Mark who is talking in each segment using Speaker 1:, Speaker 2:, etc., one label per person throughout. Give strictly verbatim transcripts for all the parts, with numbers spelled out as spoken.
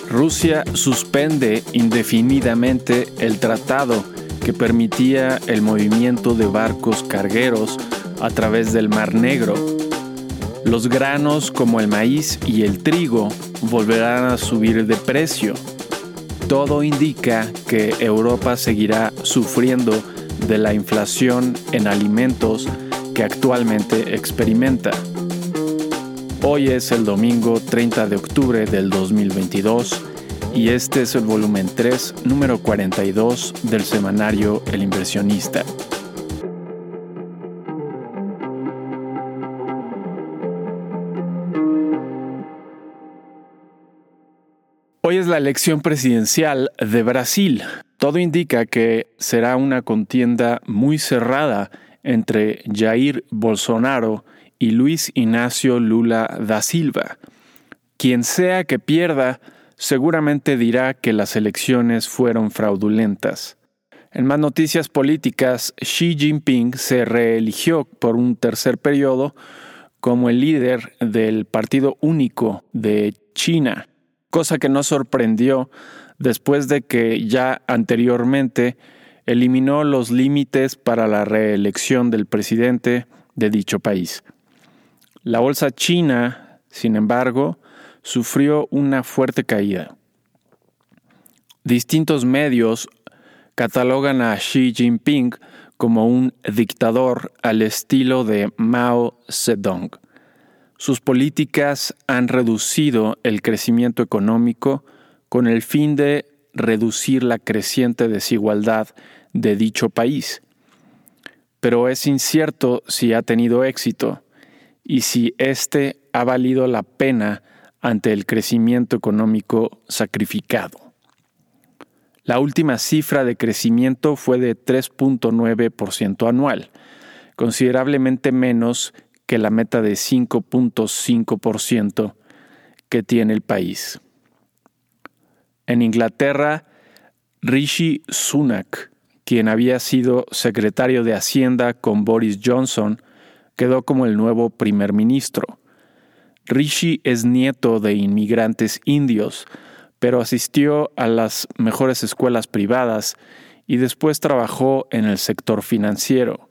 Speaker 1: Rusia suspende indefinidamente el tratado que permitía el movimiento de barcos cargueros a través del Mar Negro. Los granos como el maíz y el trigo volverán a subir de precio. Todo indica que Europa seguirá sufriendo de la inflación en alimentos que actualmente experimenta. Hoy es el domingo treinta de octubre del dos mil veintidós y este es el volumen tres, número cuarenta y dos del semanario El Inversionista. Hoy es la elección presidencial de Brasil. Todo indica que será una contienda muy cerrada entre Jair Bolsonaro y Luis Inácio Lula da Silva. Quien sea que pierda, seguramente dirá que las elecciones fueron fraudulentas. En más noticias políticas, Xi Jinping se reeligió por un tercer periodo como el líder del Partido Único de China, cosa que no sorprendió después de que ya anteriormente eliminó los límites para la reelección del presidente de dicho país. La bolsa china, sin embargo, sufrió una fuerte caída. Distintos medios catalogan a Xi Jinping como un dictador al estilo de Mao Zedong. Sus políticas han reducido el crecimiento económico con el fin de reducir la creciente desigualdad de dicho país. Pero es incierto si ha tenido éxito y si éste ha valido la pena ante el crecimiento económico sacrificado. La última cifra de crecimiento fue de tres punto nueve por ciento anual, considerablemente menos que la meta de cinco punto cinco por ciento que tiene el país. En Inglaterra, Rishi Sunak, quien había sido secretario de Hacienda con Boris Johnson, quedó como el nuevo primer ministro. Rishi es nieto de inmigrantes indios, pero asistió a las mejores escuelas privadas y después trabajó en el sector financiero.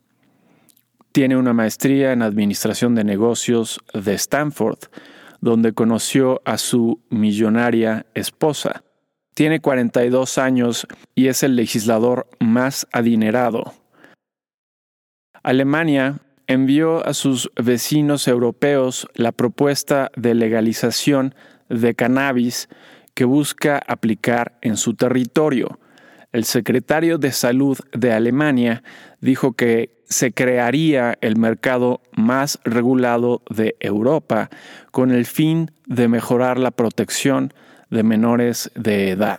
Speaker 1: Tiene una maestría en Administración de Negocios de Stanford, donde conoció a su millonaria esposa. Tiene cuarenta y dos años y es el legislador más adinerado. Alemania envió a sus vecinos europeos la propuesta de legalización de cannabis que busca aplicar en su territorio. El secretario de Salud de Alemania dijo que se crearía el mercado más regulado de Europa con el fin de mejorar la protección de menores de edad.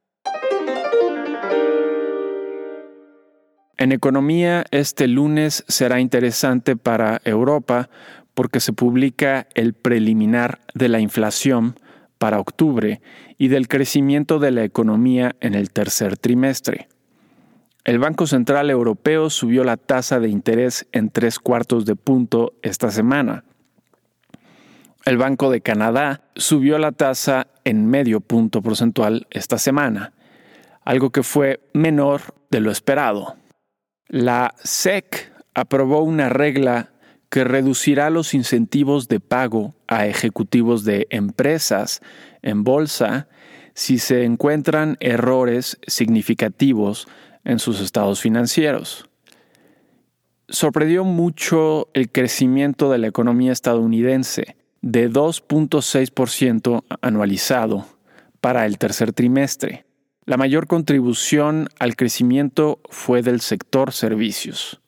Speaker 1: En economía, este lunes será interesante para Europa porque se publica el preliminar de la inflación para octubre y del crecimiento de la economía en el tercer trimestre. El Banco Central Europeo subió la tasa de interés en tres cuartos de punto esta semana. El Banco de Canadá subió la tasa en medio punto porcentual esta semana, algo que fue menor de lo esperado. La S E C aprobó una regla que reducirá los incentivos de pago a ejecutivos de empresas en bolsa si se encuentran errores significativos en sus estados financieros. Sorprendió mucho el crecimiento de la economía estadounidense, de dos punto seis por ciento anualizado para el tercer trimestre. La mayor contribución al crecimiento fue del sector servicios.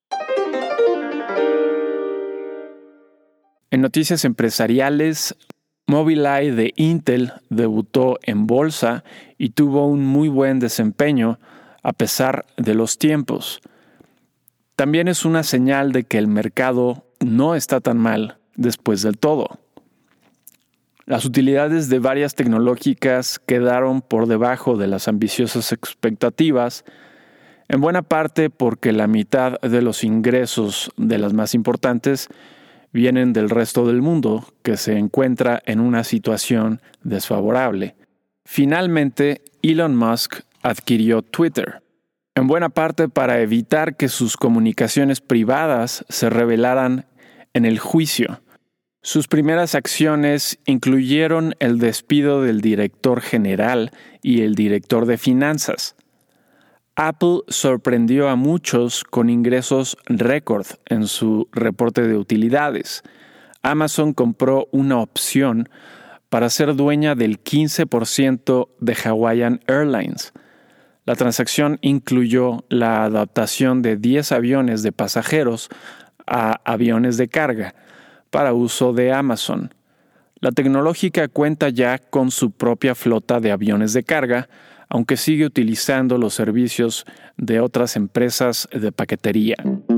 Speaker 1: En noticias empresariales, Mobileye de Intel debutó en bolsa y tuvo un muy buen desempeño a pesar de los tiempos. También es una señal de que el mercado no está tan mal después del todo. Las utilidades de varias tecnológicas quedaron por debajo de las ambiciosas expectativas, en buena parte porque la mitad de los ingresos de las más importantes vienen del resto del mundo, que se encuentra en una situación desfavorable. Finalmente, Elon Musk adquirió Twitter, en buena parte para evitar que sus comunicaciones privadas se revelaran en el juicio. Sus primeras acciones incluyeron el despido del director general y el director de finanzas. Apple sorprendió a muchos con ingresos récord en su reporte de utilidades. Amazon compró una opción para ser dueña del quince por ciento de Hawaiian Airlines. La transacción incluyó la adaptación de diez aviones de pasajeros a aviones de carga para uso de Amazon. La tecnológica cuenta ya con su propia flota de aviones de carga, aunque sigue utilizando los servicios de otras empresas de paquetería.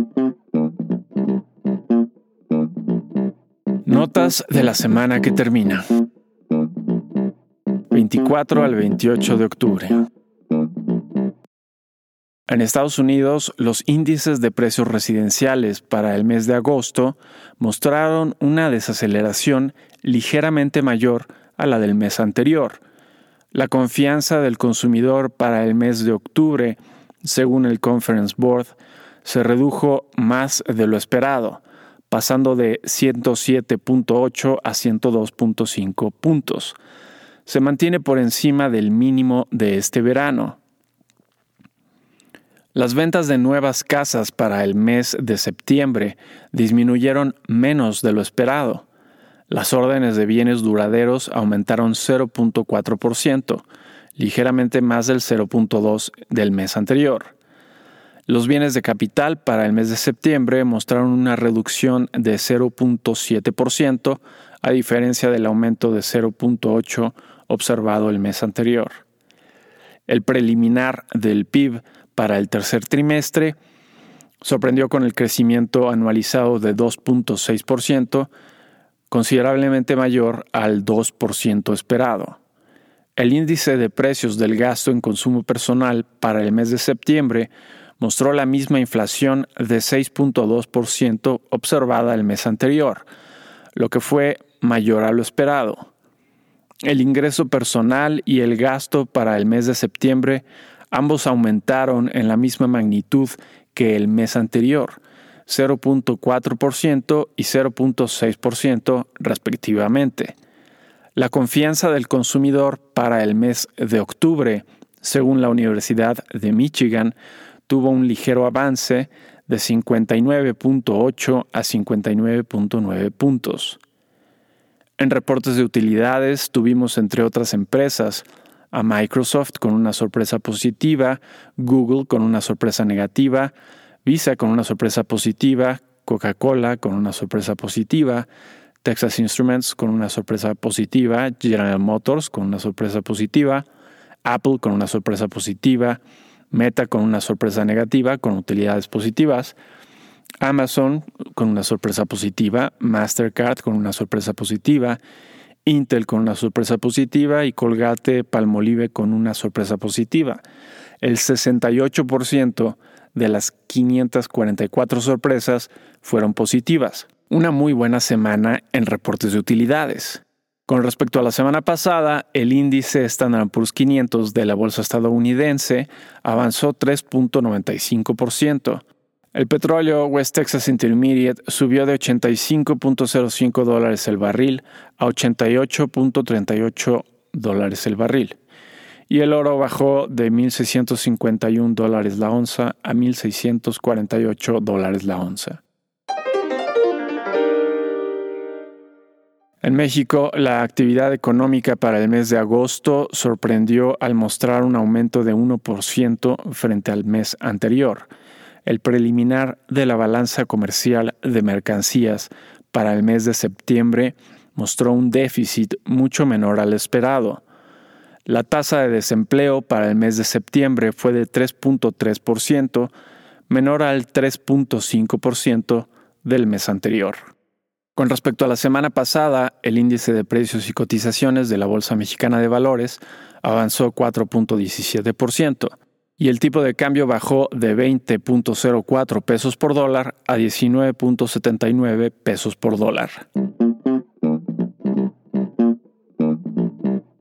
Speaker 1: Notas de la semana que termina. veinticuatro al veintiocho de octubre. En Estados Unidos, los índices de precios residenciales para el mes de agosto mostraron una desaceleración ligeramente mayor a la del mes anterior. La confianza del consumidor para el mes de octubre, según el Conference Board, se redujo más de lo esperado, pasando de ciento siete punto ocho a ciento dos punto cinco puntos. Se mantiene por encima del mínimo de este verano. Las ventas de nuevas casas para el mes de septiembre disminuyeron menos de lo esperado. Las órdenes de bienes duraderos aumentaron cero punto cuatro por ciento, ligeramente más del cero punto dos por ciento del mes anterior. Los bienes de capital para el mes de septiembre mostraron una reducción de cero punto siete por ciento, a diferencia del aumento de cero punto ocho por ciento observado el mes anterior. El preliminar del P I B para el tercer trimestre sorprendió con el crecimiento anualizado de dos punto seis por ciento, considerablemente mayor al dos por ciento esperado. El índice de precios del gasto en consumo personal para el mes de septiembre mostró la misma inflación de seis punto dos por ciento observada el mes anterior, lo que fue mayor a lo esperado. El ingreso personal y el gasto para el mes de septiembre ambos aumentaron en la misma magnitud que el mes anterior, cero punto cuatro por ciento y cero punto seis por ciento respectivamente. La confianza del consumidor para el mes de octubre, según la Universidad de Michigan, tuvo un ligero avance de cincuenta y nueve punto ocho a cincuenta y nueve punto nueve puntos. En reportes de utilidades tuvimos, entre otras empresas, a Microsoft con una sorpresa positiva, Google con una sorpresa negativa, Visa con una sorpresa positiva, Coca-Cola con una sorpresa positiva, Texas Instruments con una sorpresa positiva, General Motors con una sorpresa positiva, Apple con una sorpresa positiva, Meta con una sorpresa negativa con utilidades positivas, Amazon con una sorpresa positiva, Mastercard con una sorpresa positiva, Intel con una sorpresa positiva y Colgate-Palmolive con una sorpresa positiva. El sesenta y ocho por ciento de las quinientas cuarenta y cuatro sorpresas fueron positivas. Una muy buena semana en reportes de utilidades. Con respecto a la semana pasada, el índice Standard and Poor's quinientos de la bolsa estadounidense avanzó tres punto noventa y cinco por ciento. El petróleo West Texas Intermediate subió de ochenta y cinco punto cero cinco dólares el barril a ochenta y ocho punto treinta y ocho dólares el barril. Y el oro bajó de mil seiscientos cincuenta y un dólares la onza a mil seiscientos cuarenta y ocho dólares la onza. En México, la actividad económica para el mes de agosto sorprendió al mostrar un aumento de uno por ciento frente al mes anterior. El preliminar de la balanza comercial de mercancías para el mes de septiembre mostró un déficit mucho menor al esperado. La tasa de desempleo para el mes de septiembre fue de tres punto tres por ciento, menor al tres punto cinco por ciento del mes anterior. Con respecto a la semana pasada, el índice de precios y cotizaciones de la Bolsa Mexicana de Valores avanzó cuatro punto diecisiete por ciento. Y el tipo de cambio bajó de veinte punto cero cuatro pesos por dólar a diecinueve punto setenta y nueve pesos por dólar. ¿Qué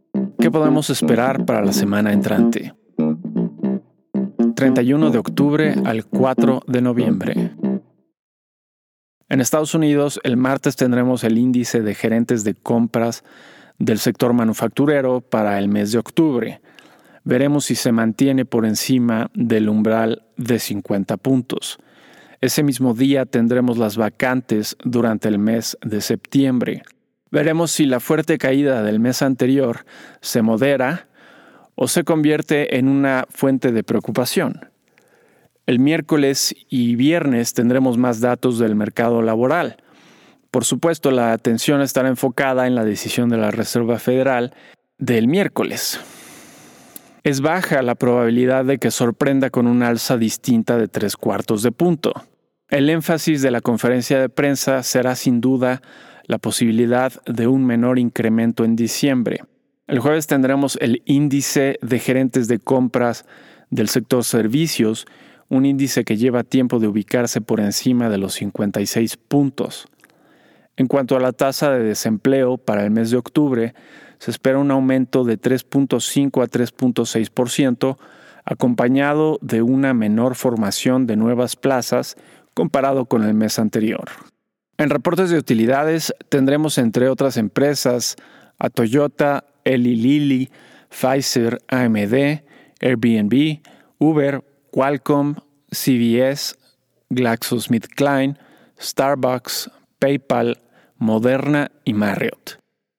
Speaker 1: ¿Qué podemos esperar para la semana entrante? treinta y uno de octubre al cuatro de noviembre. En Estados Unidos, el martes tendremos el índice de gerentes de compras del sector manufacturero para el mes de octubre. Veremos si se mantiene por encima del umbral de cincuenta puntos. Ese mismo día tendremos las vacantes durante el mes de septiembre. Veremos si la fuerte caída del mes anterior se modera o se convierte en una fuente de preocupación. El miércoles y viernes tendremos más datos del mercado laboral. Por supuesto, la atención estará enfocada en la decisión de la Reserva Federal del miércoles. Es baja la probabilidad de que sorprenda con una alza distinta de tres cuartos de punto. El énfasis de la conferencia de prensa será sin duda la posibilidad de un menor incremento en diciembre. El jueves tendremos el índice de gerentes de compras del sector servicios, un índice que lleva tiempo de ubicarse por encima de los cincuenta y seis puntos. En cuanto a la tasa de desempleo para el mes de octubre, se espera un aumento de tres punto cinco a tres punto seis por ciento, acompañado de una menor formación de nuevas plazas comparado con el mes anterior. En reportes de utilidades tendremos, entre otras empresas, a Toyota, Eli Lilly, Pfizer, A M D, Airbnb, Uber, Qualcomm, C V S, GlaxoSmithKline, Starbucks, PayPal, Moderna y Marriott.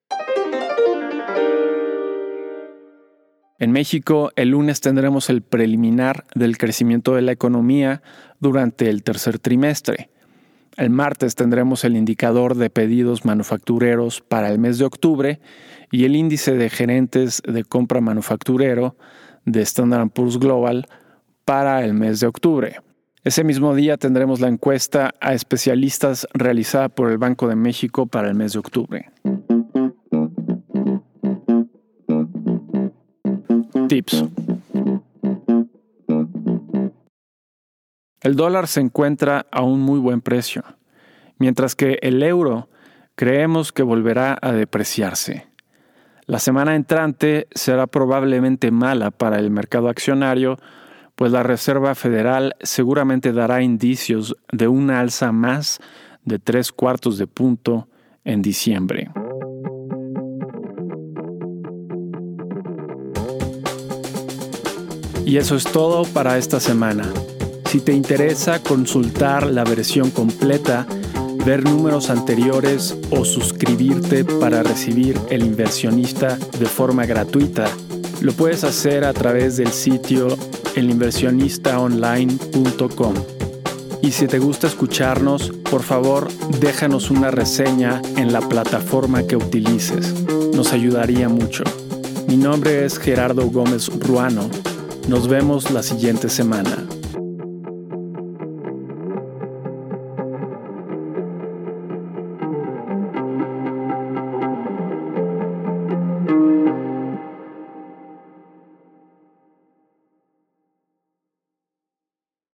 Speaker 1: En México, el lunes tendremos el preliminar del crecimiento de la economía durante el tercer trimestre. El martes tendremos el indicador de pedidos manufactureros para el mes de octubre y el índice de gerentes de compra manufacturero de Standard and Poor's Global para el mes de octubre. Ese mismo día tendremos la encuesta a especialistas realizada por el Banco de México para el mes de octubre. Tips. El dólar se encuentra a un muy buen precio, mientras que el euro creemos que volverá a depreciarse. La semana entrante será probablemente mala para el mercado accionario, pues la Reserva Federal seguramente dará indicios de una alza más de tres cuartos de punto en diciembre. Y eso es todo para esta semana. Si te interesa consultar la versión completa, ver números anteriores o suscribirte para recibir El Inversionista de forma gratuita, lo puedes hacer a través del sitio el inversionista online punto com. Y si te gusta escucharnos, por favor, déjanos una reseña en la plataforma que utilices. Nos ayudaría mucho. Mi nombre es Gerardo Gómez Ruano. Nos vemos la siguiente semana.